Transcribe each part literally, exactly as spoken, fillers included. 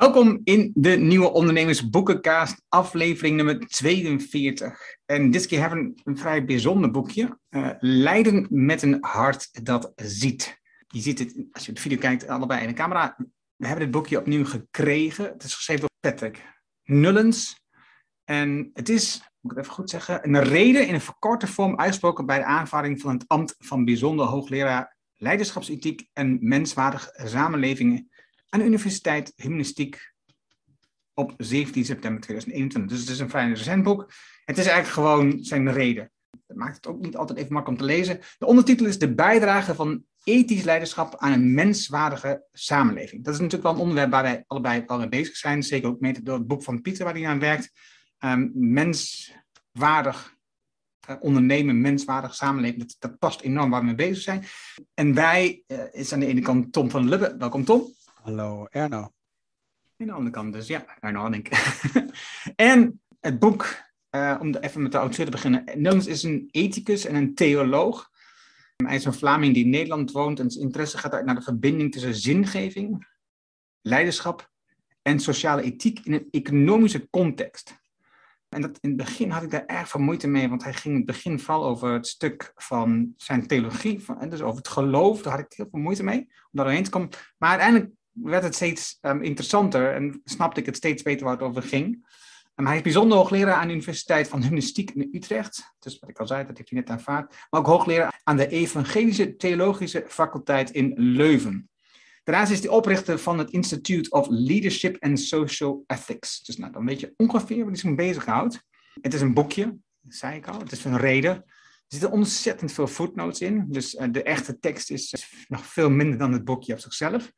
Welkom in de Nieuwe Ondernemersboekencast, aflevering nummer tweeënveertig. En dit keer hebben we een vrij bijzonder boekje. Uh, Leiden met een hart dat ziet. Je ziet het, als je de video kijkt, allebei in de camera. We hebben dit boekje opnieuw gekregen. Het is geschreven door Patrick Nullens. En het is, moet ik het even goed zeggen, een reden in een verkorte vorm uitgesproken bij de aanvaarding van het ambt van bijzonder hoogleraar leiderschapsethiek en menswaardige samenlevingen aan de Universiteit Humanistiek op zeventien september tweeduizend eenentwintig. Dus het is een vrij recent boek. Het is eigenlijk gewoon zijn reden. Dat maakt het ook niet altijd even makkelijk om te lezen. De ondertitel is De bijdrage van ethisch leiderschap aan een menswaardige samenleving. Dat is natuurlijk wel een onderwerp waar wij allebei wel mee bezig zijn. Zeker ook mede door het boek van Pieter waar hij aan werkt. Um, menswaardig uh, ondernemen, menswaardig samenleven. Dat, dat past enorm waar we mee bezig zijn. En wij, uh, is aan de ene kant Tom van Lubbe. Welkom Tom. Hallo Erno. En aan de andere kant dus, ja, Erno denk ik. En het boek, uh, om de, even met de auteur te beginnen. Nullens is een ethicus en een theoloog. Hij is een Vlaming die in Nederland woont en zijn interesse gaat uit naar de verbinding tussen zingeving, leiderschap en sociale ethiek in een economische context. En dat, in het begin had ik daar erg veel moeite mee, want hij ging in het begin vooral over het stuk van zijn theologie, van, dus over het geloof. Daar had ik heel veel moeite mee, om daar doorheen te komen. Maar uiteindelijk werd het steeds um, interessanter en snapte ik het steeds beter waar het over ging. Um, hij is bijzonder hoogleraar aan de Universiteit van Humanistiek in Utrecht. Dus wat ik al zei, dat heeft hij net aanvaard. Maar ook hoogleraar aan de Evangelische Theologische Faculteit in Leuven. Daarnaast is hij oprichter van het Institute of Leadership and Social Ethics. Dus nou, dan weet je ongeveer waar hij zich mee bezighoudt. Het is een boekje, dat zei ik al. Het is een reden. Er zitten ontzettend veel footnotes in. Dus uh, de echte tekst is uh, nog veel minder dan het boekje op zichzelf.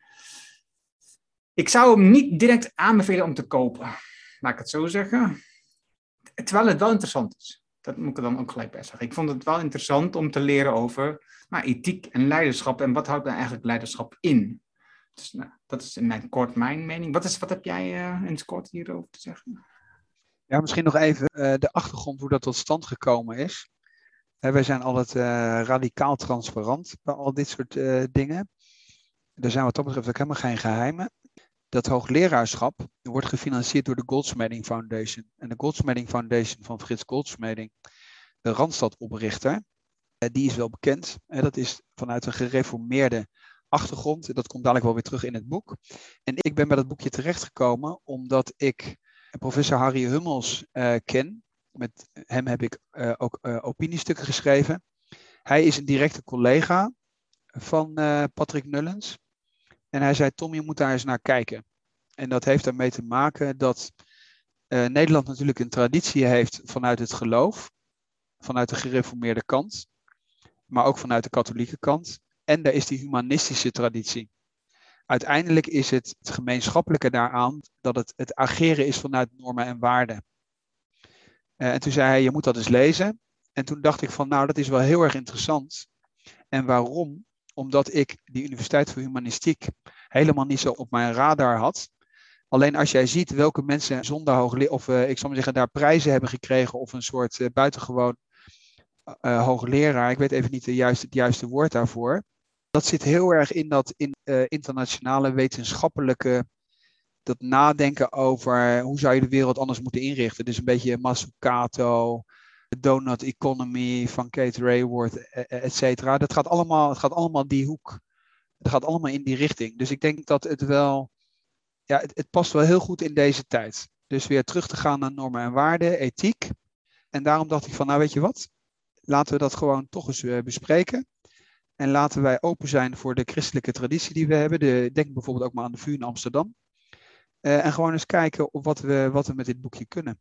Ik zou hem niet direct aanbevelen om te kopen. Laat ik het zo zeggen. Terwijl het wel interessant is. Dat moet ik er dan ook gelijk bij zeggen. Ik vond het wel interessant om te leren over nou, ethiek en leiderschap. En wat houdt nou eigenlijk leiderschap in? Dus, nou, dat is in mijn kort mijn mening. Wat, is, wat heb jij uh, in het kort hierover te zeggen? Ja, misschien nog even uh, de achtergrond hoe dat tot stand gekomen is. Uh, wij zijn altijd uh, radicaal transparant bij al dit soort uh, dingen. Er zijn wat dat betreft ook helemaal geen geheimen. Dat hoogleraarschap wordt gefinancierd door de Goldsmeding Foundation. En de Goldsmeding Foundation van Frits Goldsmeding, de Randstad-oprichter, uh, die is wel bekend. Uh, dat is vanuit een gereformeerde achtergrond. Dat komt dadelijk wel weer terug in het boek. En ik ben bij dat boekje terechtgekomen omdat ik professor Harry Hummels uh, ken. Met hem heb ik uh, ook uh, opiniestukken geschreven. Hij is een directe collega van uh, Patrick Nullens. En hij zei, Tom, je moet daar eens naar kijken. En dat heeft daarmee te maken dat uh, Nederland natuurlijk een traditie heeft vanuit het geloof. Vanuit de gereformeerde kant. Maar ook vanuit de katholieke kant. En daar is die humanistische traditie. Uiteindelijk is het, het gemeenschappelijke daaraan dat het, het ageren is vanuit normen en waarden. Uh, en toen zei hij, je moet dat eens lezen. En toen dacht ik van, nou, dat is wel heel erg interessant. En waarom? Omdat ik die Universiteit voor Humanistiek helemaal niet zo op mijn radar had. Alleen als jij ziet welke mensen zonder hoogleraar, of uh, ik zal maar zeggen, daar prijzen hebben gekregen, of een soort uh, buitengewoon uh, hoogleraar, ik weet even niet de juiste, het juiste woord daarvoor. Dat zit heel erg in dat in, uh, internationale wetenschappelijke, dat nadenken over hoe zou je de wereld anders moeten inrichten. Dus een beetje Mazzucato, de Donut Economy van Kate Raworth, et cetera. Dat gaat allemaal, het gaat allemaal die hoek. Het gaat allemaal in die richting. Dus ik denk dat het wel, ja, het, het past wel heel goed in deze tijd. Dus weer terug te gaan naar normen en waarden, ethiek. En daarom dacht ik van, nou weet je wat, laten we dat gewoon toch eens uh, bespreken. En laten wij open zijn voor de christelijke traditie die we hebben. De, denk bijvoorbeeld ook maar aan de V U in Amsterdam. Uh, en gewoon eens kijken op wat we, wat we met dit boekje kunnen.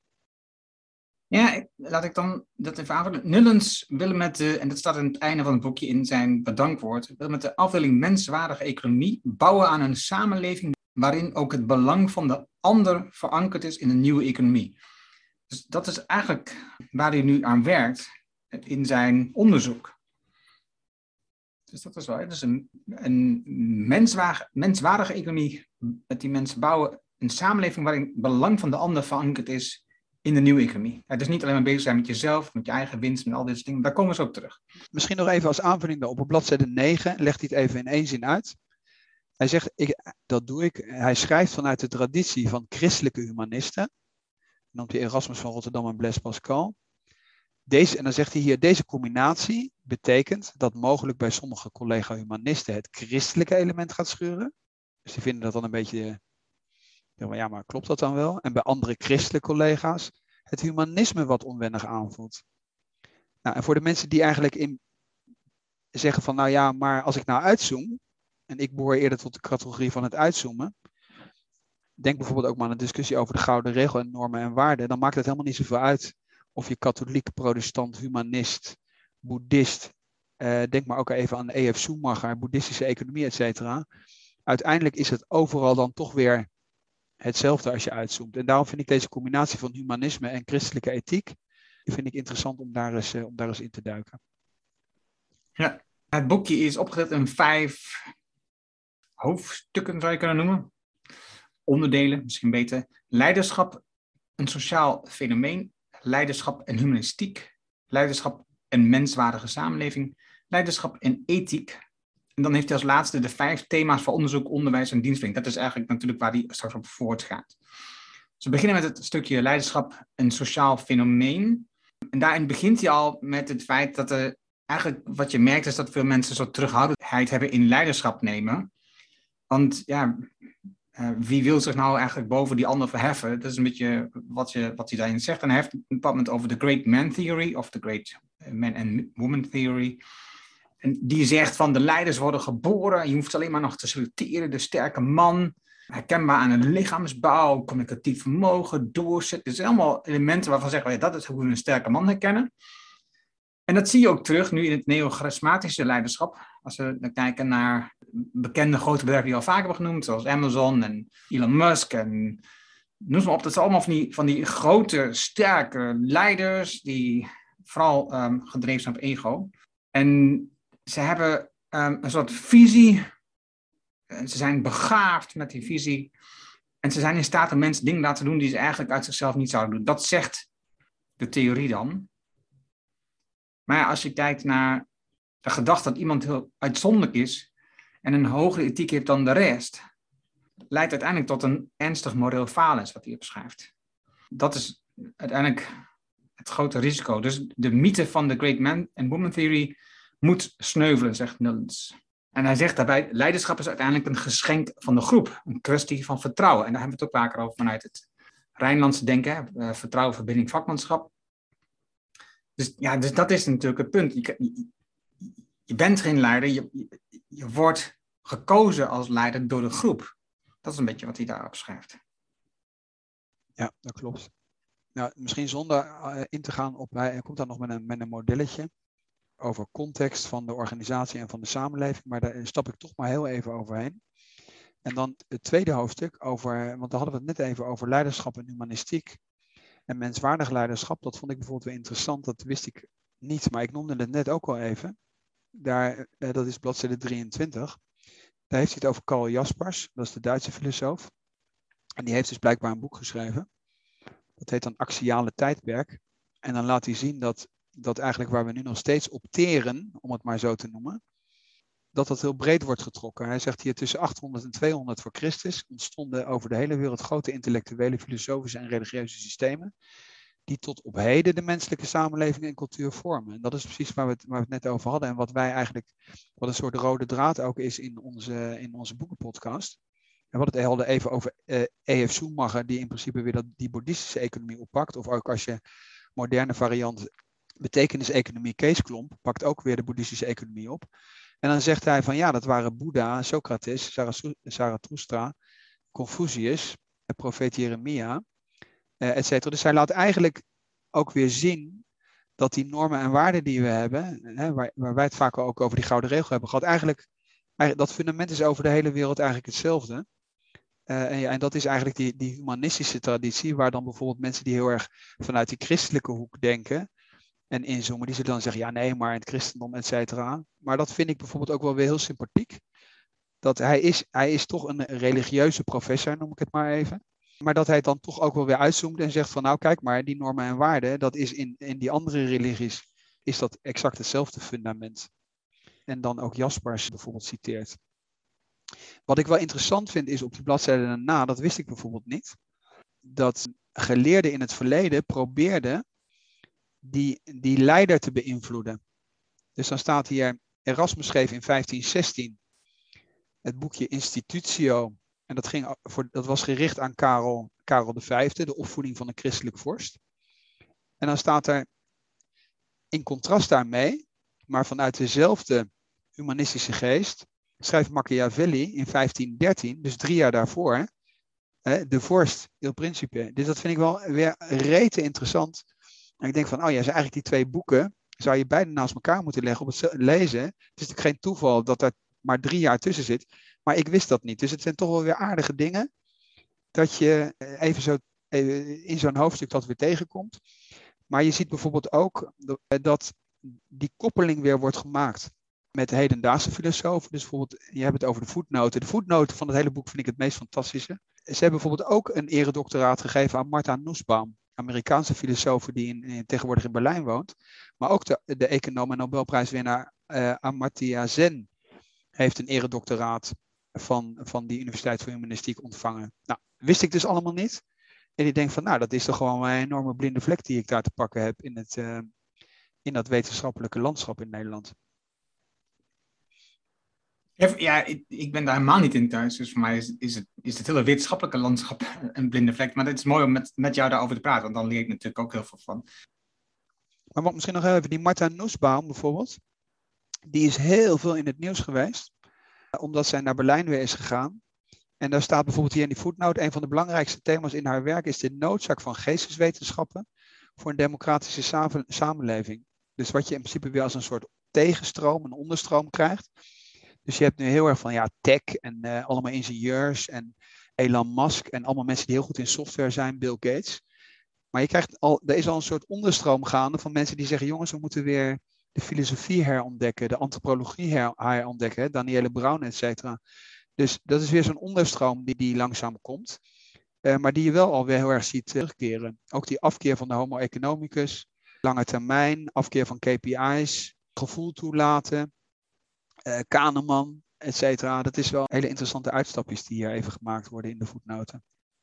Ja, laat ik dan dat even aanvullen. Nullens wil met de, en dat staat aan het einde van het boekje in zijn bedankwoord, wil met de afdeling menswaardige economie bouwen aan een samenleving waarin ook het belang van de ander verankerd is in een nieuwe economie. Dus dat is eigenlijk waar hij nu aan werkt in zijn onderzoek. Dus dat is wel, dus een, een menswaardige, menswaardige economie, dat die mensen bouwen een samenleving waarin het belang van de ander verankerd is in de nieuwe economie. Ja, dus niet alleen maar bezig zijn met jezelf, met je eigen winst, met al dit soort dingen. Daar komen we zo op terug. Misschien nog even als aanvulling daarop. Op bladzijde negen legt hij het even in één zin uit. Hij zegt, ik, dat doe ik. Hij schrijft vanuit de traditie van christelijke humanisten. Dan noemt hij Erasmus van Rotterdam en Blaise Pascal. Deze, en dan zegt hij hier, deze combinatie betekent dat mogelijk bij sommige collega-humanisten het christelijke element gaat scheuren. Dus die vinden dat dan een beetje, ja, maar klopt dat dan wel? En bij andere christelijke collega's het humanisme wat onwennig aanvoelt. Nou, en voor de mensen die eigenlijk in zeggen van, nou ja, maar als ik nou uitzoom, en ik behoor eerder tot de categorie van het uitzoomen, denk bijvoorbeeld ook maar aan een discussie over de gouden regel en normen en waarden, dan maakt het helemaal niet zoveel uit of je katholiek, protestant, humanist, boeddhist, eh, denk maar ook even aan E F Schumacher, boeddhistische economie, et cetera. Uiteindelijk is het overal dan toch weer hetzelfde als je uitzoomt. En daarom vind ik deze combinatie van humanisme en christelijke ethiek, die vind ik interessant om daar eens, uh, om daar eens in te duiken. Ja, het boekje is opgedeeld in vijf hoofdstukken, zou je kunnen noemen. Onderdelen, misschien beter. Leiderschap, een sociaal fenomeen. Leiderschap en humanistiek. Leiderschap en menswaardige samenleving. Leiderschap en ethiek. En dan heeft hij als laatste de vijf thema's voor onderzoek, onderwijs en dienstverlening. Dat is eigenlijk natuurlijk waar hij straks op voortgaat. Dus we beginnen met het stukje leiderschap en sociaal fenomeen. En daarin begint hij al met het feit dat er eigenlijk wat je merkt is dat veel mensen zo terughoudendheid hebben in leiderschap nemen. Want ja, uh, wie wil zich nou eigenlijk boven die ander verheffen? Dat is een beetje wat, je, wat hij daarin zegt. En hij heeft een bepaald moment over de Great Man Theory of de Great Man and Woman Theory. En die zegt van de leiders worden geboren. Je hoeft alleen maar nog te selecteren. De sterke man, herkenbaar aan een lichaamsbouw, communicatief vermogen, doorzet. Dat zijn allemaal elementen waarvan zeggen we, ja, dat is hoe we een sterke man herkennen. En dat zie je ook terug nu in het neocharismatische leiderschap. Als we dan kijken naar bekende grote bedrijven die we al vaker hebben genoemd, zoals Amazon en Elon Musk en noem ze maar op. Dat zijn allemaal van die, van die grote, sterke leiders die vooral um, gedreven zijn op ego. En ze hebben um, een soort visie. En ze zijn begaafd met die visie. En ze zijn in staat om mensen dingen laten doen die ze eigenlijk uit zichzelf niet zouden doen. Dat zegt de theorie dan. Maar ja, als je kijkt naar de gedachte dat iemand heel uitzonderlijk is en een hogere ethiek heeft dan de rest, leidt uiteindelijk tot een ernstig moreel falen, is wat hij beschrijft. Dat is uiteindelijk het grote risico. Dus de mythe van de Great Man and Woman Theory moet sneuvelen, zegt Nullens. En hij zegt daarbij, leiderschap is uiteindelijk een geschenk van de groep, een kwestie van vertrouwen. En daar hebben we het ook vaker over vanuit het Rijnlandse denken, uh, vertrouwen, verbinding, vakmanschap. Dus, ja, dus dat is natuurlijk het punt. Je, je, je bent geen leider, je, je, je wordt gekozen als leider door de groep. Dat is een beetje wat hij daarop schrijft. Ja, dat klopt. Nou, misschien zonder uh, in te gaan op, hij komt dan nog met een, met een modelletje over context van de organisatie en van de samenleving, maar daar stap ik toch maar heel even overheen. En dan het tweede hoofdstuk over, want daar hadden we het net even over leiderschap en humanistiek. En menswaardig leiderschap, dat vond ik bijvoorbeeld weer interessant, dat wist ik niet, maar ik noemde het net ook al even. Daar, dat is bladzijde drieëntwintig. Daar heeft hij het over Karl Jaspers, dat is de Duitse filosoof. En die heeft dus blijkbaar een boek geschreven. Dat heet dan Axiale Tijdperk. En dan laat hij zien dat, dat eigenlijk waar we nu nog steeds op teren, om het maar zo te noemen, dat dat heel breed wordt getrokken. Hij zegt hier tussen achthonderd en tweehonderd voor Christus ontstonden over de hele wereld grote intellectuele, filosofische en religieuze systemen die tot op heden de menselijke samenleving en cultuur vormen. En dat is precies waar we het, waar we het net over hadden en wat wij eigenlijk, wat een soort rode draad ook is in onze, in onze boekenpodcast. En we hadden het hadden even over uh, E F Schumacher, die in principe weer dat, die boeddhistische economie oppakt. Of ook als je moderne variant betekeniseconomie Kees Klomp, pakt ook weer de boeddhistische economie op. En dan zegt hij van ja, dat waren Boeddha, Socrates, Zarathustra, Confucius, de profeet Jeremia, uh, et cetera. Dus hij laat eigenlijk ook weer zien dat die normen en waarden die we hebben, hè, waar, waar wij het vaak ook over die gouden regel hebben gehad, eigenlijk, eigenlijk dat fundament is over de hele wereld eigenlijk hetzelfde. Uh, en, ja, en dat is eigenlijk die, die humanistische traditie, waar dan bijvoorbeeld mensen die heel erg vanuit die christelijke hoek denken en inzoomen, die zullen dan zeggen, ja nee, maar het christendom, et cetera. Maar dat vind ik bijvoorbeeld ook wel weer heel sympathiek. Dat hij is, hij is toch een religieuze professor, noem ik het maar even. Maar dat hij het dan toch ook wel weer uitzoomt en zegt van, nou kijk maar, die normen en waarden, dat is in, in die andere religies, is dat exact hetzelfde fundament. En dan ook Jaspers bijvoorbeeld citeert. Wat ik wel interessant vind is op die bladzijde daarna, dat wist ik bijvoorbeeld niet, dat geleerden in het verleden probeerden die, die leider te beïnvloeden. Dus dan staat hier, Erasmus schreef in vijftien zestien het boekje Institutio. En dat, ging voor, dat was gericht aan Karel, Karel de Vijfde, de opvoeding van een christelijk vorst. En dan staat er, in contrast daarmee, maar vanuit dezelfde humanistische geest, schrijft Machiavelli in vijftien dertien, dus drie jaar daarvoor, de vorst, Il Principe. Dus dat vind ik wel weer rete interessant. En ik denk van, oh ja, zijn eigenlijk die twee boeken, zou je beide naast elkaar moeten leggen op het lezen. Het is natuurlijk geen toeval dat er maar drie jaar tussen zit. Maar ik wist dat niet. Dus het zijn toch wel weer aardige dingen. Dat je even zo in zo'n hoofdstuk dat weer tegenkomt. Maar je ziet bijvoorbeeld ook dat die koppeling weer wordt gemaakt met hedendaagse filosofen. Dus bijvoorbeeld, je hebt het over de voetnoten. De voetnoten van het hele boek vind ik het meest fantastische. Ze hebben bijvoorbeeld ook een eredoctoraat gegeven aan Martha Nussbaum, Amerikaanse filosoof die in, in, tegenwoordig in Berlijn woont. Maar ook de, de econoom en Nobelprijswinnaar uh, Amartya Sen heeft een eredoctoraat van, van die Universiteit voor Humanistiek ontvangen. Nou, wist ik dus allemaal niet. En ik denk van, nou, dat is toch gewoon een enorme blinde vlek die ik daar te pakken heb in, het, uh, in dat wetenschappelijke landschap in Nederland. Ja, ik, ik ben daar helemaal niet in thuis. Dus voor mij is, is, het, is het hele wetenschappelijke landschap een blinde vlek. Maar het is mooi om met, met jou daarover te praten, want dan leer ik natuurlijk ook heel veel van. Maar misschien nog even, die Martha Nussbaum bijvoorbeeld, die is heel veel in het nieuws geweest, omdat zij naar Berlijn weer is gegaan. En daar staat bijvoorbeeld hier in die voetnoot, een van de belangrijkste thema's in haar werk is de noodzaak van geesteswetenschappen voor een democratische sa- samenleving. Dus wat je in principe weer als een soort tegenstroom, een onderstroom krijgt. Dus je hebt nu heel erg van ja, tech en uh, allemaal ingenieurs en Elon Musk en allemaal mensen die heel goed in software zijn, Bill Gates. Maar je krijgt al, er is al een soort onderstroom gaande van mensen die zeggen, jongens, we moeten weer de filosofie herontdekken, de antropologie her, herontdekken, Danielle Brown, et cetera. Dus dat is weer zo'n onderstroom die, die langzaam komt, uh, maar die je wel alweer heel erg ziet terugkeren. Ook die afkeer van de homo economicus, lange termijn, afkeer van K P I's, gevoel toelaten. Uh, Kahneman, et cetera. Dat is wel hele interessante uitstapjes die hier even gemaakt worden in de voetnoten.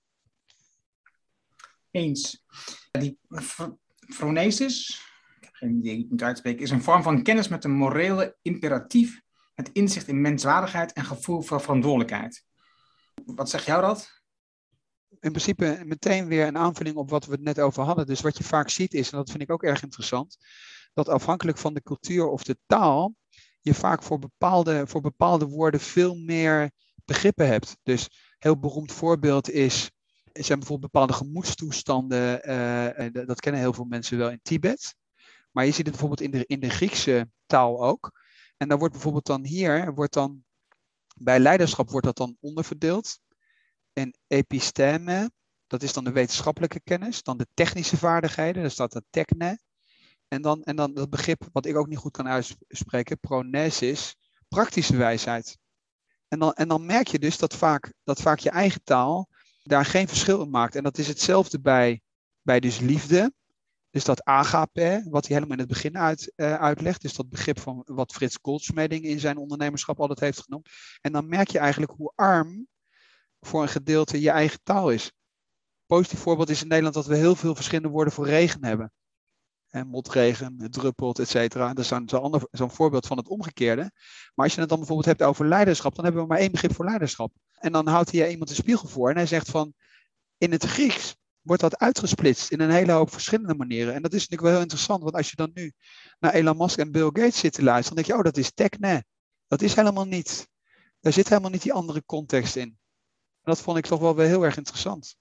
Eens. Die phronesis, ik heb geen idee hoe ik het moet uitspreken, is een vorm van kennis met een morele imperatief, het inzicht in menswaardigheid en gevoel voor verantwoordelijkheid. Wat zegt jou dat? In principe meteen weer een aanvulling op wat we het net over hadden. Dus wat je vaak ziet is, en dat vind ik ook erg interessant, dat afhankelijk van de cultuur of de taal, je vaak voor bepaalde, voor bepaalde woorden veel meer begrippen hebt. Dus een heel beroemd voorbeeld is, zijn bijvoorbeeld bepaalde gemoedstoestanden, uh, dat kennen heel veel mensen wel in Tibet. Maar je ziet het bijvoorbeeld in de, in de Griekse taal ook. En dan wordt bijvoorbeeld dan hier, wordt dan, bij leiderschap wordt dat dan onderverdeeld. En episteme, dat is dan de wetenschappelijke kennis. Dan de technische vaardigheden, daar staat de techne. En dan, en dan dat begrip, wat ik ook niet goed kan uitspreken, pronesis, praktische wijsheid. En dan, en dan merk je dus dat vaak, dat vaak je eigen taal daar geen verschil in maakt. En dat is hetzelfde bij, bij dus liefde. Dus dat agape, wat hij helemaal in het begin uit, uh, uitlegt. Dus dat begrip van wat Frits Goldschmeding in zijn ondernemerschap altijd heeft genoemd. En dan merk je eigenlijk hoe arm voor een gedeelte je eigen taal is. Een positief voorbeeld is in Nederland dat we heel veel verschillende woorden voor regen hebben. En motregen, het druppelt, et cetera. Dat is zo'n, zo'n, ander, zo'n voorbeeld van het omgekeerde. Maar als je het dan bijvoorbeeld hebt over leiderschap, dan hebben we maar één begrip voor leiderschap. En dan houdt hij iemand een spiegel voor en hij zegt van, in het Grieks wordt dat uitgesplitst in een hele hoop verschillende manieren. En dat is natuurlijk wel heel interessant, want als je dan nu naar Elon Musk en Bill Gates zit te luisteren, dan denk je, oh, dat is techne. Dat is helemaal niet. Daar zit helemaal niet die andere context in. En dat vond ik toch wel weer heel erg interessant.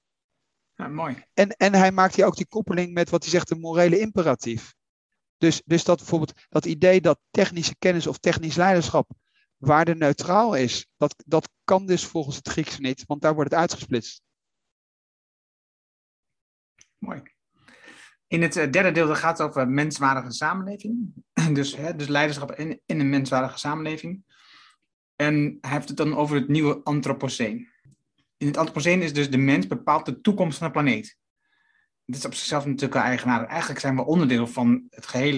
Ja, mooi. En, en hij maakt hier ook die koppeling met wat hij zegt, de morele imperatief. Dus, dus dat bijvoorbeeld dat idee dat technische kennis of technisch leiderschap waardeneutraal is, dat, dat kan dus volgens het Grieks niet, want daar wordt het uitgesplitst. Mooi. In het derde deel gaat het over menswaardige samenleving. Dus, hè, dus leiderschap in, in een menswaardige samenleving. En hij heeft het dan over het nieuwe antropoceen. In het antropoceen is dus de mens bepaalt de toekomst van de planeet. Dit is op zichzelf natuurlijk wel eigenaardig. Eigenlijk zijn we onderdeel van het gehele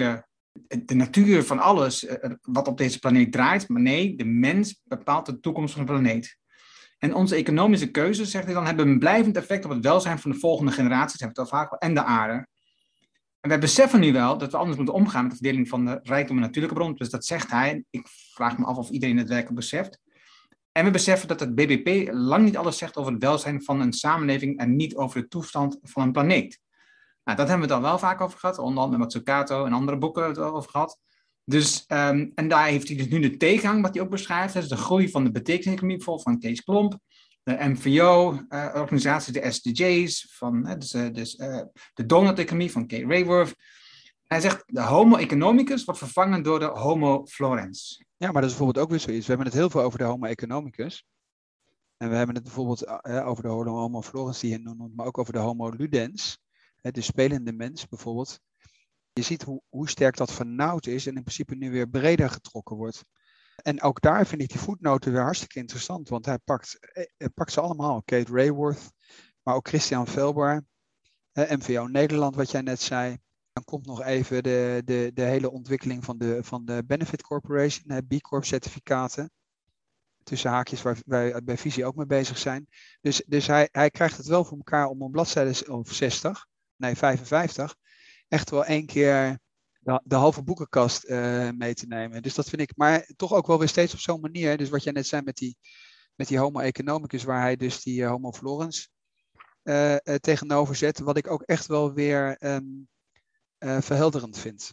de natuur van alles uh, wat op deze planeet draait. Maar nee, de mens bepaalt de toekomst van de planeet. En onze economische keuzes, zegt hij dan, hebben een blijvend effect op het welzijn van de volgende generaties, hebben we het al vaak, en de aarde. En wij beseffen nu wel dat we anders moeten omgaan met de verdeling van de rijkdom en natuurlijke bron. Dus dat zegt hij. Ik vraag me af of iedereen het werkelijk beseft. En we beseffen dat het B B P lang niet alles zegt over het welzijn van een samenleving en niet over de toestand van een planeet. Nou, dat hebben we het al wel vaak over gehad. Onder andere met Mazzucato en andere boeken hebben we het al over gehad. Dus, um, en daar heeft hij dus nu de tegengang, wat hij ook beschrijft. Dus de groei van de betekenis-economie, bijvoorbeeld van Kees Klomp. De M V O-organisatie, uh, de S D J's, van, uh, dus, uh, dus, uh, de donut-economie van Kay Raworth. Hij zegt, de homo economicus wordt vervangen door de homo florens. Ja, maar dat is bijvoorbeeld ook weer zoiets. We hebben het heel veel over de homo economicus. En we hebben het bijvoorbeeld uh, over de homo florens die je noemt, maar ook over de homo ludens. Uh, de spelende mens bijvoorbeeld. Je ziet hoe, hoe sterk dat vernauwd is en in principe nu weer breder getrokken wordt. En ook daar vind ik die voetnoten weer hartstikke interessant, want hij pakt, hij pakt ze allemaal. Kate Raworth, maar ook Christian Velbar, uh, M V O Nederland, wat jij net zei. Dan komt nog even de, de, de hele ontwikkeling van de, van de Benefit Corporation, uh, B Corp certificaten. Tussen haakjes waar wij bij Visie ook mee bezig zijn. Dus, dus hij, hij krijgt het wel voor elkaar om een bladzijde of zestig, nee vijfenvijftig, echt wel één keer de, de halve boekenkast uh, mee te nemen. Dus dat vind ik, maar toch ook wel weer steeds op zo'n manier. Dus wat jij net zei met die, met die homo economicus, waar hij dus die uh, homo florens uh, uh, tegenover zet, wat ik ook echt wel weer um, uh, verhelderend vind.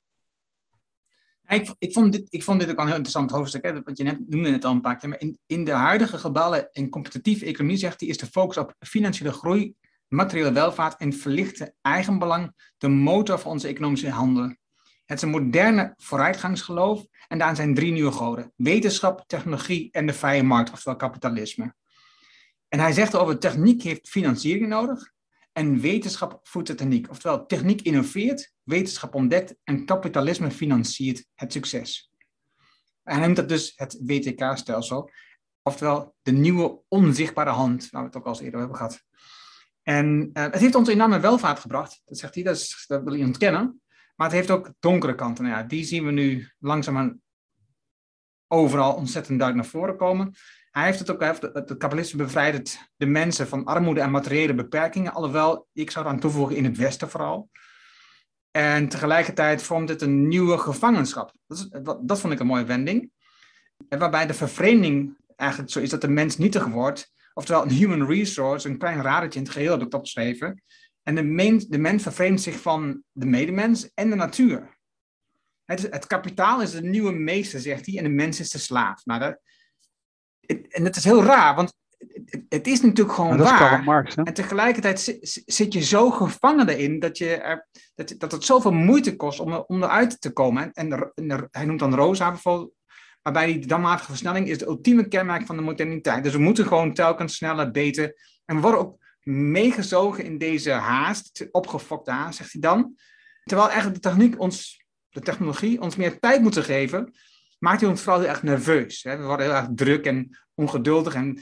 Ik, ik, vond dit, ik vond dit ook al een heel interessant hoofdstuk, hè, want je net noemde het al een paar keer, maar in, in de huidige globale en competitieve economie, zegt hij, is de focus op financiële groei, materiële welvaart en verlichte eigenbelang de motor van onze economische handelen. Het is een moderne vooruitgangsgeloof en daar zijn drie nieuwe goden: wetenschap, technologie en de vrije markt, oftewel kapitalisme. En hij zegt over techniek heeft financiering nodig en wetenschap voedt de techniek. Oftewel, techniek innoveert, wetenschap ontdekt en kapitalisme financiert het succes. En hij noemt dat dus het W T K-stelsel, oftewel de nieuwe onzichtbare hand, waar we het ook al eens eerder hebben gehad. En uh, het heeft ons enorme welvaart gebracht, dat zegt hij, dat, is, dat wil hij ontkennen. Maar het heeft ook donkere kanten. Nou ja, die zien we nu langzaamaan overal ontzettend duidelijk naar voren komen. Hij heeft het ook, heeft, het kapitalisme bevrijdt de mensen van armoede en materiële beperkingen, alhoewel, ik zou eraan toevoegen, in het Westen vooral. En tegelijkertijd vormt het een nieuwe gevangenschap. Dat, is, dat, dat vond ik een mooie wending. En waarbij de vervreemding eigenlijk zo is dat de mens nietig wordt. Oftewel een human resource, een klein radertje in het geheel, heb ik dat beschreven. En de, mens, de mens vervreemdt zich van de medemens en de natuur. Het, het kapitaal is de nieuwe meester, zegt hij, en de mens is de slaaf. Nou, dat, het, en dat is heel raar, want het, het is natuurlijk gewoon dat waar. Karl Marx, hè? En tegelijkertijd zit, zit je zo gevangen erin dat, je er, dat, dat het zoveel moeite kost om, om eruit te komen. En, en, en hij noemt dan Rosa bijvoorbeeld, waarbij die dammatige versnelling is de ultieme kenmerk van de moderniteit. Dus we moeten gewoon telkens sneller, beter. En we worden ook meegezogen in deze haast, opgefokte haast, zegt hij dan. Terwijl eigenlijk de techniek ons, de technologie ons meer tijd moet geven, maakt hij ons vooral heel erg nerveus. Hè? We worden heel erg druk en ongeduldig en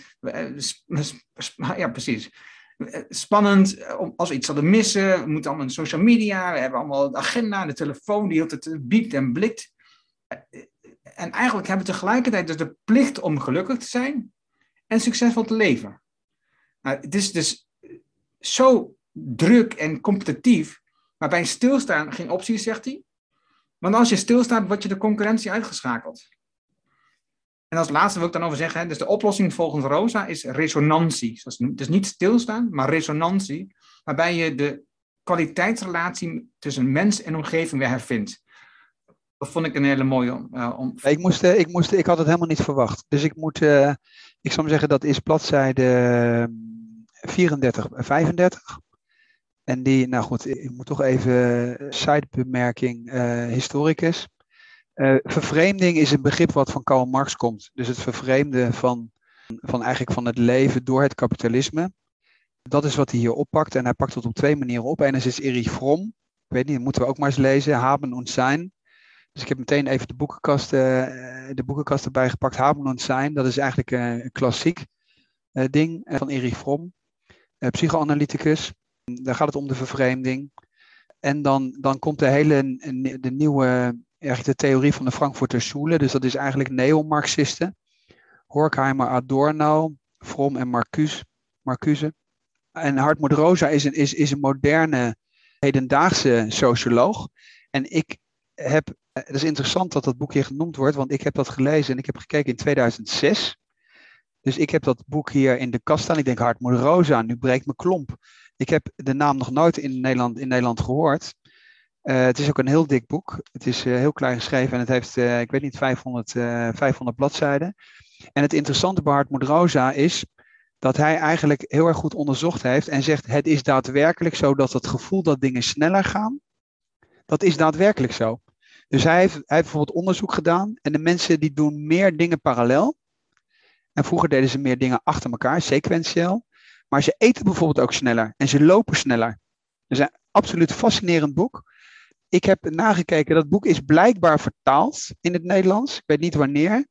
ja, precies. Spannend, als we iets zouden missen, we moeten allemaal in social media, we hebben allemaal de agenda, de telefoon die altijd biept en blikt. En eigenlijk hebben we tegelijkertijd dus de plicht om gelukkig te zijn en succesvol te leven. Nou, het is dus zo druk en competitief, maar bij stilstaan geen optie is, zegt hij. Want als je stilstaat, word je de concurrentie uitgeschakeld. En als laatste wil ik dan over zeggen, hè, dus de oplossing volgens Rosa is resonantie. Dus niet stilstaan, maar resonantie, waarbij je de kwaliteitsrelatie tussen mens en omgeving weer hervindt. Dat vond ik een hele mooie uh, om... Ik, moest, uh, ik, moest, ik had het helemaal niet verwacht. Dus ik moet, uh, ik zou maar zeggen, dat is bladzijde vierendertig, vijfendertig. En die, nou goed, ik moet toch even, sidebemerking, uh, historicus. Uh, vervreemding is een begrip wat van Karl Marx komt. Dus het vervreemden van, van eigenlijk van het leven door het kapitalisme. Dat is wat hij hier oppakt. En hij pakt het op twee manieren op. Enerzijds Erich Fromm. Ik weet niet, dat moeten we ook maar eens lezen. Haben und Sein. Dus ik heb meteen even de boekenkast, uh, de boekenkast erbij gepakt. Haben und Sein, dat is eigenlijk uh, een klassiek uh, ding uh, van Erich Fromm. Uh, psychoanalyticus. Daar gaat het om de vervreemding. En dan, dan komt de hele de nieuwe, eigenlijk de theorie van de Frankfurter Schule. Dus dat is eigenlijk neo-Marxisten. Horkheimer, Adorno, Fromm en Marcuse. Marcuse. En Hartmut Rosa is een, is, is een moderne, hedendaagse socioloog. En ik heb, het is interessant dat dat boek hier genoemd wordt, want ik heb dat gelezen en ik heb gekeken in tweeduizend zes. Dus ik heb dat boek hier in de kast staan. Ik denk, Hartmut Rosa, nu breekt mijn klomp. Ik heb de naam nog nooit in Nederland, in Nederland gehoord. Uh, het is ook een heel dik boek. Het is uh, heel klein geschreven en het heeft, uh, ik weet niet, vijfhonderd, uh, vijfhonderd bladzijden. En het interessante bij Hartmut Rosa is dat hij eigenlijk heel erg goed onderzocht heeft en zegt, het is daadwerkelijk zo dat het gevoel dat dingen sneller gaan, dat is daadwerkelijk zo. Dus hij heeft, hij heeft bijvoorbeeld onderzoek gedaan en de mensen die doen meer dingen parallel. En vroeger deden ze meer dingen achter elkaar, sequentieel. Maar ze eten bijvoorbeeld ook sneller en ze lopen sneller. Dus een absoluut fascinerend boek. Ik heb nagekeken, dat boek is blijkbaar vertaald in het Nederlands. Ik weet niet wanneer.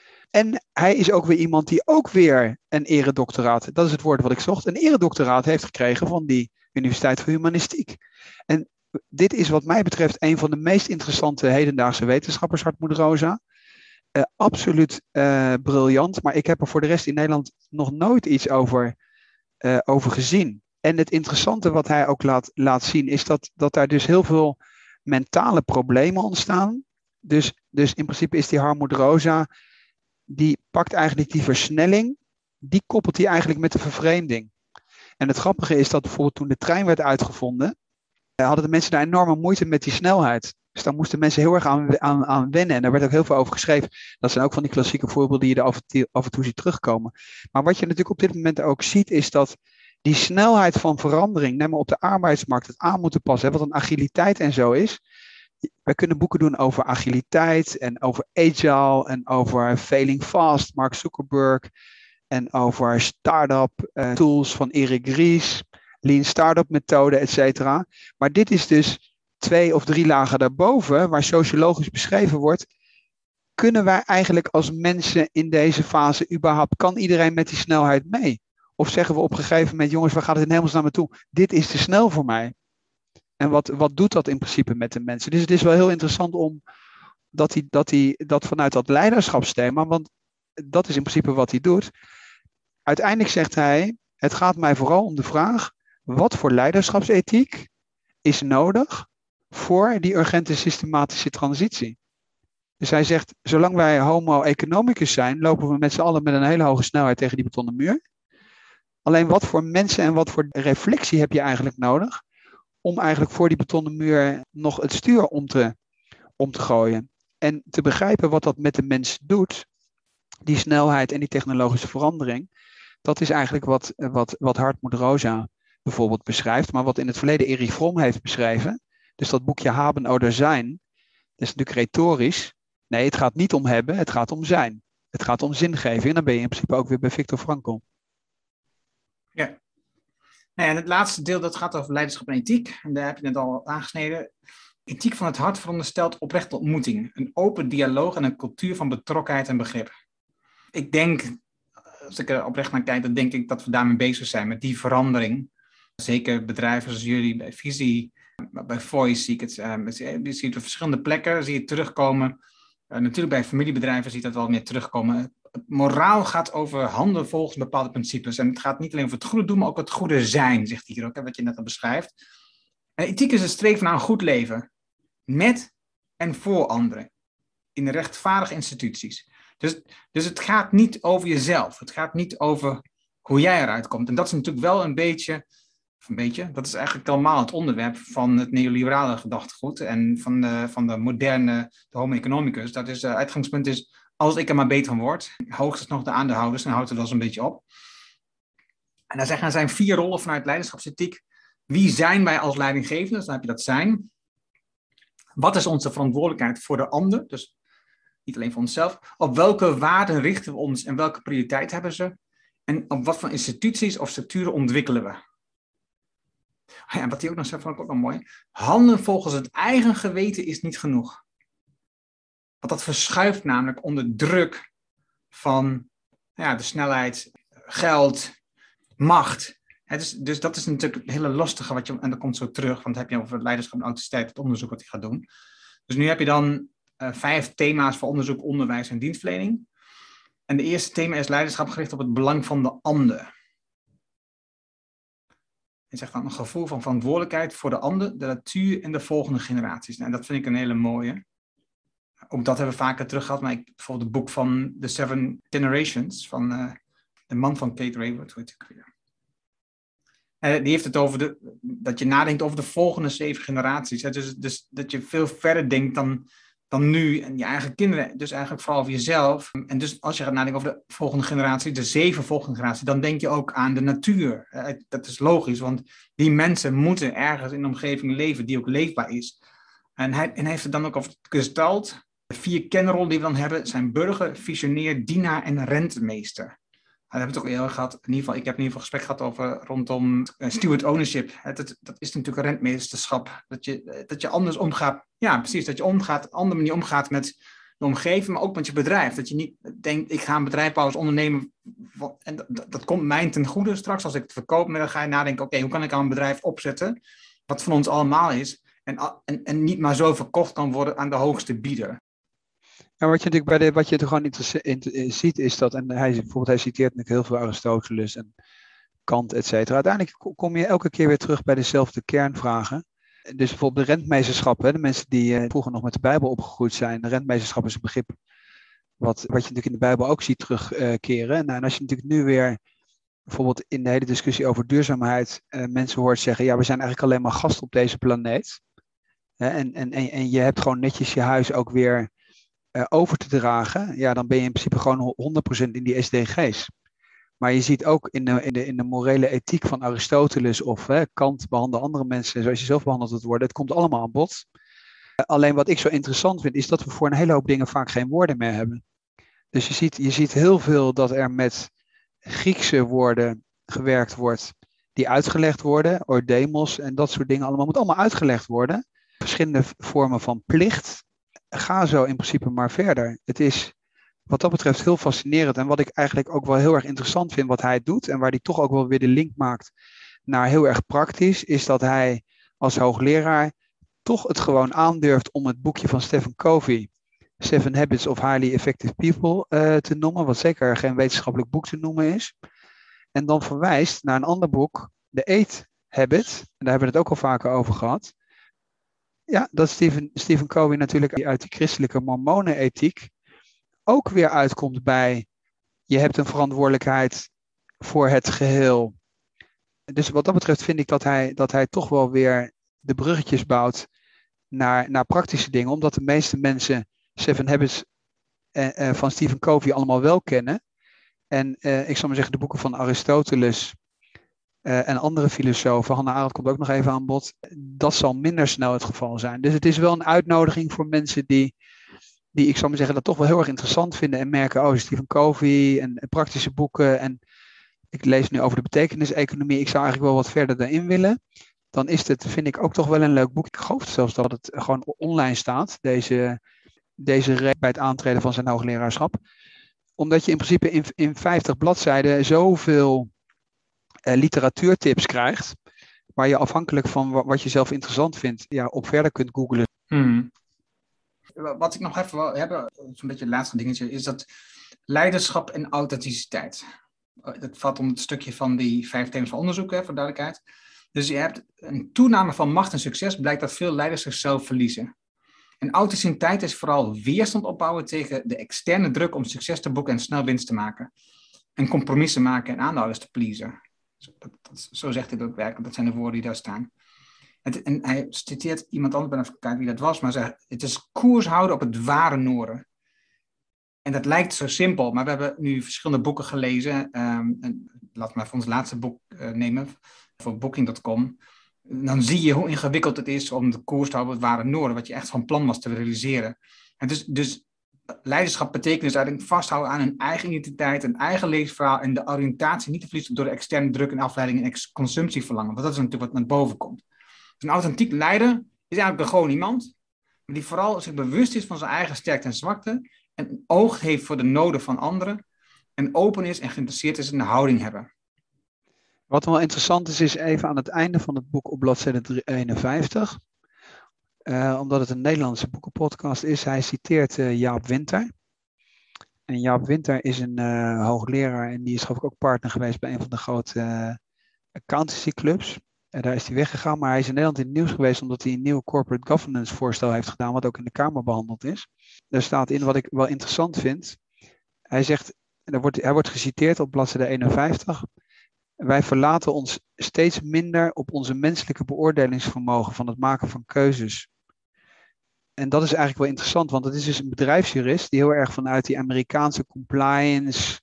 En hij is ook weer iemand die ook weer een eredoctoraat, dat is het woord wat ik zocht, een eredoctoraat heeft gekregen van die Universiteit voor Humanistiek. En dit is wat mij betreft een van de meest interessante hedendaagse wetenschappers, Hartmut Rosa. Uh, absoluut uh, briljant, maar ik heb er voor de rest in Nederland nog nooit iets over, uh, over gezien. En het interessante wat hij ook laat, laat zien is dat, dat daar dus heel veel mentale problemen ontstaan. Dus, dus in principe is die Hartmut Rosa, die pakt eigenlijk die versnelling, die koppelt hij eigenlijk met de vervreemding. En het grappige is dat bijvoorbeeld toen de trein werd uitgevonden, hadden de mensen daar enorme moeite met die snelheid. Dus daar moesten mensen heel erg aan, aan, aan wennen. En daar werd ook heel veel over geschreven. Dat zijn ook van die klassieke voorbeelden die je er af en, toe, af en toe ziet terugkomen. Maar wat je natuurlijk op dit moment ook ziet, is dat die snelheid van verandering, neem maar op de arbeidsmarkt, het aan moeten passen, hè, wat een agiliteit en zo is. Wij kunnen boeken doen over agiliteit en over agile en over failing fast, Mark Zuckerberg. En over start-up uh, tools van Eric Ries, lean start-up methode, et cetera. Maar dit is dus twee of drie lagen daarboven, waar sociologisch beschreven wordt. Kunnen wij eigenlijk als mensen in deze fase überhaupt, kan iedereen met die snelheid mee? Of zeggen we op een gegeven moment, jongens, waar gaat het in hemelsnaam naartoe? Dit is te snel voor mij. En wat, wat doet dat in principe met de mensen? Dus het is wel heel interessant om dat hij dat, hij, dat vanuit dat leiderschapsthema, want dat is in principe wat hij doet. Uiteindelijk zegt hij, het gaat mij vooral om de vraag, wat voor leiderschapsethiek is nodig voor die urgente systematische transitie? Dus hij zegt, zolang wij homo economicus zijn, lopen we met z'n allen met een hele hoge snelheid tegen die betonnen muur. Alleen wat voor mensen en wat voor reflectie heb je eigenlijk nodig om eigenlijk voor die betonnen muur nog het stuur om te, om te gooien. En te begrijpen wat dat met de mens doet, die snelheid en die technologische verandering, dat is eigenlijk wat, wat, wat Hartmut Rosa bijvoorbeeld beschrijft, maar wat in het verleden Erich Fromm heeft beschreven. Dus dat boekje Haben oder Sein, dat is natuurlijk retorisch. Nee, het gaat niet om hebben, het gaat om zijn. Het gaat om zingeving en dan ben je in principe ook weer bij Viktor Frankl. Ja. En het laatste deel dat gaat over leiderschap en ethiek. En daar heb je net al aangesneden. Ethiek van het hart veronderstelt oprechte ontmoeting. Een open dialoog en een cultuur van betrokkenheid en begrip. Ik denk, als ik er oprecht naar kijk, dan denk ik dat we daarmee bezig zijn. Met die verandering. Zeker bedrijven zoals jullie bij Visie, bij Voice zie ik het. Uh, je ziet het op verschillende plekken, zie je het terugkomen. Uh, natuurlijk bij familiebedrijven zie je dat wel meer terugkomen. Moraal gaat over handelen volgens bepaalde principes. En het gaat niet alleen over het goede doen, maar ook het goede zijn, zegt hij hier ook, hè, wat je net al beschrijft. En ethiek is een streven naar een goed leven. Met en voor anderen. In rechtvaardige instituties. Dus, dus het gaat niet over jezelf. Het gaat niet over hoe jij eruit komt. En dat is natuurlijk wel een beetje, of een beetje, dat is eigenlijk allemaal het onderwerp van het neoliberale gedachtegoed. En van de, van de moderne, de homo economicus. Dat is, uh, uitgangspunt is, als ik er maar beter van word, hoogstens nog de aandeelhouders, dan houdt het wel eens een beetje op. En dan zeggen, er zijn vier rollen vanuit leiderschapsethiek. Wie zijn wij als leidinggevenden? Dus dan heb je dat zijn. Wat is onze verantwoordelijkheid voor de ander? Dus niet alleen voor onszelf. Op welke waarden richten we ons en welke prioriteit hebben ze? En op wat voor instituties of structuren ontwikkelen we? Ja, en wat hij ook nog zei, vond ik ook wel mooi. Handelen volgens het eigen geweten is niet genoeg. Want dat verschuift namelijk onder druk van ja, de snelheid, geld, macht. Het is, dus dat is natuurlijk het hele lastige, wat je, en dat komt zo terug, want dan heb je over leiderschap en authenticiteit, het onderzoek wat hij gaat doen. Dus nu heb je dan uh, vijf thema's voor onderzoek, onderwijs en dienstverlening. En de eerste thema is leiderschap gericht op het belang van de ander. Je zegt dan een gevoel van verantwoordelijkheid voor de ander, de natuur en de volgende generaties. Nou, dat vind ik een hele mooie. Ook dat hebben we vaker terug gehad, maar ik, bijvoorbeeld het boek van The Seven Generations, van uh, de man van Kate Raworth, hoe heet ik weer. Uh, die heeft het over de, dat je nadenkt over de volgende zeven generaties. Hè? Dus, dus dat je veel verder denkt dan, dan nu en je eigen kinderen. Dus eigenlijk vooral over jezelf. En dus als je gaat nadenken over de volgende generatie, de zeven volgende generaties, dan denk je ook aan de natuur. Uh, dat is logisch, want die mensen moeten ergens in een omgeving leven die ook leefbaar is. En hij, en hij heeft het dan ook over het gestalt. De vier kernrollen die we dan hebben zijn burger, visionair, dienaar en rentmeester. Dat hebben we het ook heel erg gehad. In ieder geval, ik heb in ieder geval gesprek gehad over rondom uh, steward ownership. Het, het, dat is natuurlijk een rentmeesterschap. Dat je, dat je anders omgaat. Ja, precies. Dat je omgaat, op een andere manier omgaat met de omgeving, maar ook met je bedrijf. Dat je niet denkt, ik ga een bedrijf bouwen als ondernemer. En dat, dat komt mij ten goede straks als ik het verkoop. Maar dan ga je nadenken, oké, okay, hoe kan ik aan een bedrijf opzetten? Wat van ons allemaal is. En, en, en niet maar zo verkocht kan worden aan de hoogste bieder. En wat je natuurlijk bij de, wat je er gewoon in ziet is dat, en hij, bijvoorbeeld hij citeert natuurlijk heel veel Aristoteles en Kant, et cetera. Uiteindelijk kom je elke keer weer terug bij dezelfde kernvragen. Dus bijvoorbeeld de rentmeesterschap, hè, de mensen die uh, vroeger nog met de Bijbel opgegroeid zijn. De rentmeesterschap is een begrip wat, wat je natuurlijk in de Bijbel ook ziet terugkeren. Uh, nou, en als je natuurlijk nu weer bijvoorbeeld in de hele discussie over duurzaamheid uh, mensen hoort zeggen, ja, we zijn eigenlijk alleen maar gast op deze planeet. Uh, en, en, en, en je hebt gewoon netjes je huis ook weer Uh, over te dragen, ja, dan ben je in principe gewoon honderd procent in die S D G's. Maar je ziet ook in de, in de, in de morele ethiek van Aristoteles of hè, Kant, behandel andere mensen zoals je zelf behandeld wilt worden, het komt allemaal aan bod. Uh, alleen wat ik zo interessant vind, is dat we voor een hele hoop dingen vaak geen woorden meer hebben. Dus je ziet, je ziet heel veel dat er met Griekse woorden gewerkt wordt, die uitgelegd worden, oordemos en dat soort dingen allemaal, moet allemaal uitgelegd worden. Verschillende vormen van plicht. Ga zo in principe maar verder. Het is wat dat betreft heel fascinerend. En wat ik eigenlijk ook wel heel erg interessant vind wat hij doet. En waar hij toch ook wel weer de link maakt naar heel erg praktisch. Is dat hij als hoogleraar toch het gewoon aandurft om het boekje van Stephen Covey. Seven Habits of Highly Effective People uh, te noemen. Wat zeker geen wetenschappelijk boek te noemen is. En dan verwijst naar een ander boek. The Eight Habit. En daar hebben we het ook al vaker over gehad. Ja, dat Stephen, Stephen Covey natuurlijk uit die christelijke mormonenethiek ook weer uitkomt bij je hebt een verantwoordelijkheid voor het geheel. Dus wat dat betreft vind ik dat hij, dat hij toch wel weer de bruggetjes bouwt naar, naar praktische dingen. Omdat de meeste mensen Seven Habits eh, eh, van Stephen Covey allemaal wel kennen. En eh, ik zal maar zeggen de boeken van Aristoteles Uh, en andere filosofen, Hannah Arendt komt ook nog even aan bod, dat zal minder snel het geval zijn. Dus het is wel een uitnodiging voor mensen die, die ik zal maar zeggen, dat toch wel heel erg interessant vinden en merken, oh, Stephen Covey en, en praktische boeken en ik lees nu over de betekeniseconomie, ik zou eigenlijk wel wat verder daarin willen. Dan is het, vind ik, ook toch wel een leuk boek. Ik geloof zelfs dat het gewoon online staat, deze, deze reeks bij het aantreden van zijn hoogleraarschap. Omdat je in principe in, in vijftig bladzijden zoveel Uh, literatuurtips krijgt, waar je afhankelijk van wat, wat je zelf interessant vindt, ja, op verder kunt googlen. Hmm. Wat ik nog even wil hebben, zo'n beetje het laatste dingetje, is dat leiderschap en authenticiteit. Dat valt om het stukje van die vijf thema's van onderzoek, hè, voor duidelijkheid. Dus je hebt een toename van macht en succes, blijkt dat veel leiders zichzelf verliezen. En authenticiteit is vooral weerstand opbouwen tegen de externe druk om succes te boeken en snel winst te maken. En compromissen maken en aandeelhouders te pleasen. Dat, dat, zo zegt hij dat ook werkelijk, dat zijn de woorden die daar staan. Het, en hij citeert iemand anders, ik ben even kijken wie dat was, maar hij zegt, het is koers houden op het ware noorden. En dat lijkt zo simpel, maar we hebben nu verschillende boeken gelezen. Um, en laten we maar voor ons laatste boek uh, nemen, voor booking punt com. Dan zie je hoe ingewikkeld het is om de koers te houden op het ware noorden, wat je echt van plan was te realiseren. En dus, dus leiderschap betekent dus eigenlijk vasthouden aan een eigen identiteit, een eigen levensverhaal en de oriëntatie niet te verliezen door de externe druk en afleiding en ex- consumptieverlangen. Want dat is natuurlijk wat naar boven komt. Dus een authentiek leider is eigenlijk een gewoon iemand, maar die vooral zich bewust is van zijn eigen sterkte en zwakte en een oog heeft voor de noden van anderen en open is en geïnteresseerd is in de houding hebben. Wat wel interessant is, is even aan het einde van het boek op bladzijde eenenvijftig. Uh, omdat het een Nederlandse boekenpodcast is. Hij citeert uh, Jaap Winter. En Jaap Winter is een uh, hoogleraar en die is geloof ik ook partner geweest bij een van de grote uh, accountancyclubs. En daar is hij weggegaan, maar hij is in Nederland in het nieuws geweest omdat hij een nieuw corporate governance voorstel heeft gedaan, wat ook in de Kamer behandeld is. Daar staat in wat ik wel interessant vind. Hij zegt, en wordt, hij wordt geciteerd op bladzijde eenenvijftig. Wij verlaten ons steeds minder op onze menselijke beoordelingsvermogen van het maken van keuzes. En dat is eigenlijk wel interessant, want het is dus een bedrijfsjurist die heel erg vanuit die Amerikaanse compliance,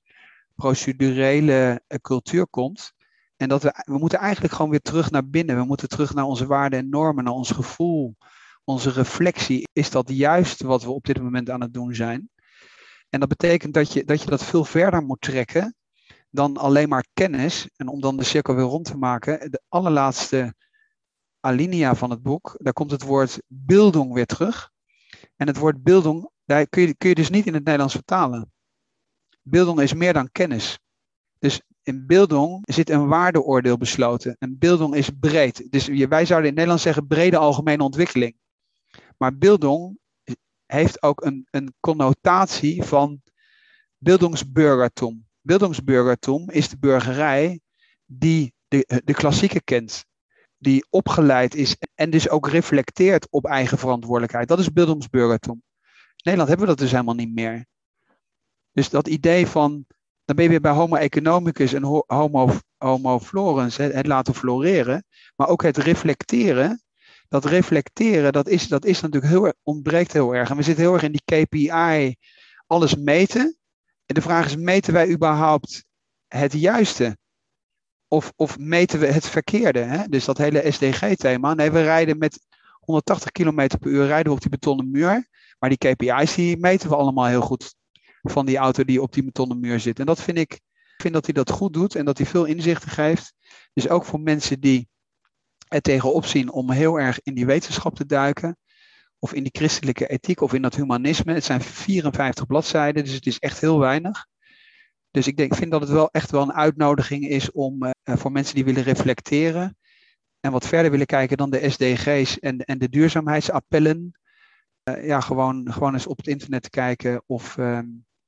procedurele cultuur komt. En dat we, we moeten eigenlijk gewoon weer terug naar binnen. We moeten terug naar onze waarden en normen, naar ons gevoel, onze reflectie. Is dat juist wat we op dit moment aan het doen zijn? En dat betekent dat je dat, je dat veel verder moet trekken dan alleen maar kennis. En om dan de cirkel weer rond te maken, de allerlaatste alinea van het boek, daar komt het woord bildung weer terug. En het woord bildung, daar kun je, kun je dus niet in het Nederlands vertalen. Bildung is meer dan kennis. Dus in bildung zit een waardeoordeel besloten. En bildung is breed. Dus wij zouden in het Nederlands zeggen brede algemene ontwikkeling. Maar bildung heeft ook een, een connotatie van bildungsbürgertum. Bildungsbürgertum is de burgerij die de, de klassieken kent. Die opgeleid is en dus ook reflecteert op eigen verantwoordelijkheid. Dat is bildungsbürgertum. In Nederland hebben we dat dus helemaal niet meer. Dus dat idee van, dan ben je weer bij homo economicus en homo, homo florens, het, het laten floreren. Maar ook het reflecteren. Dat reflecteren, dat is, dat is natuurlijk heel, ontbreekt heel erg. En we zitten heel erg in die K P I, alles meten. En de vraag is, meten wij überhaupt het juiste? Of, of meten we het verkeerde? Hè? Dus dat hele S D G-thema. Nee, we rijden met honderdtachtig kilometer per uur rijden we op die betonnen muur. Maar die K P I's die meten we allemaal heel goed van die auto die op die betonnen muur zit. En dat vind ik, ik vind dat hij dat goed doet en dat hij veel inzichten geeft. Dus ook voor mensen die er tegenop zien om heel erg in die wetenschap te duiken. Of in die christelijke ethiek of in dat humanisme. Het zijn vierenvijftig bladzijden, dus het is echt heel weinig. Dus ik denk, vind dat het wel echt wel een uitnodiging is om uh, voor mensen die willen reflecteren en wat verder willen kijken dan de S D G's en, en de duurzaamheidsappellen. Uh, ja, gewoon, gewoon eens op het internet te kijken of, uh,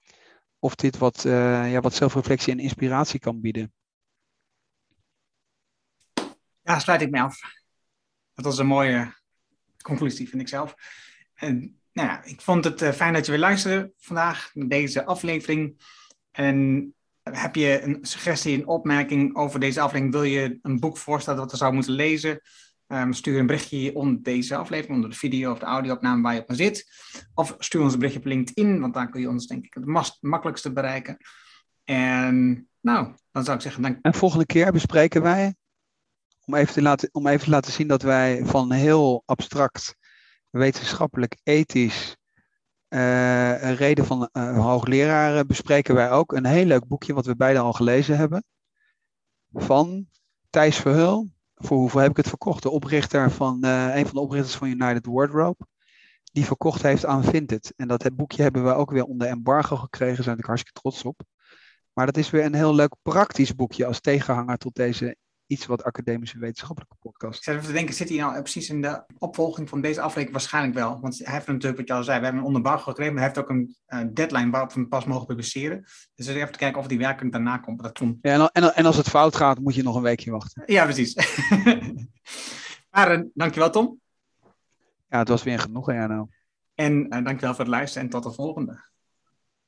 of dit wat, uh, ja, wat zelfreflectie en inspiratie kan bieden. Ja, sluit ik mee af. Dat was een mooie conclusie, vind ik zelf. En, nou ja, ik vond het uh, fijn dat je weer luisterde vandaag naar deze aflevering. En heb je een suggestie, een opmerking over deze aflevering? Wil je een boek voorstellen dat we zou moeten lezen? Um, stuur een berichtje onder deze aflevering, onder de video of de audio-opname waar je op me zit. Of stuur ons een berichtje op LinkedIn, want daar kun je ons denk ik het mas- makkelijkste bereiken. En nou, dan zou ik zeggen dank. En volgende keer bespreken wij, om even te laten, om even te laten zien dat wij van heel abstract, wetenschappelijk, ethisch, Uh, een reden van uh, hoogleraren bespreken wij ook een heel leuk boekje wat we beide al gelezen hebben. Van Thijs Verheul. Voor hoeveel heb ik het verkocht? De oprichter van, uh, een van de oprichters van United Wardrobe. Die verkocht heeft aan Vinted. En dat het boekje hebben we ook weer onder embargo gekregen. Daar zijn we hartstikke trots op. Maar dat is weer een heel leuk praktisch boekje als tegenhanger tot deze iets wat academische wetenschappelijke podcast. Ik zat even te denken, zit hij nou precies in de opvolging van deze aflevering? Waarschijnlijk wel. Want hij heeft natuurlijk, wat je al zei, we hebben een onderbouw gekregen, maar hij heeft ook een uh, deadline waarop we hem pas mogen publiceren. Dus even te kijken of die werkelijk daarna komt. Dat toen... Ja, en, en, en als het fout gaat, moet je nog een weekje wachten. Ja, precies. maar uh, dankjewel, Tom. Ja, het was weer genoeg, ja nou. En uh, dankjewel voor het luisteren en tot de volgende.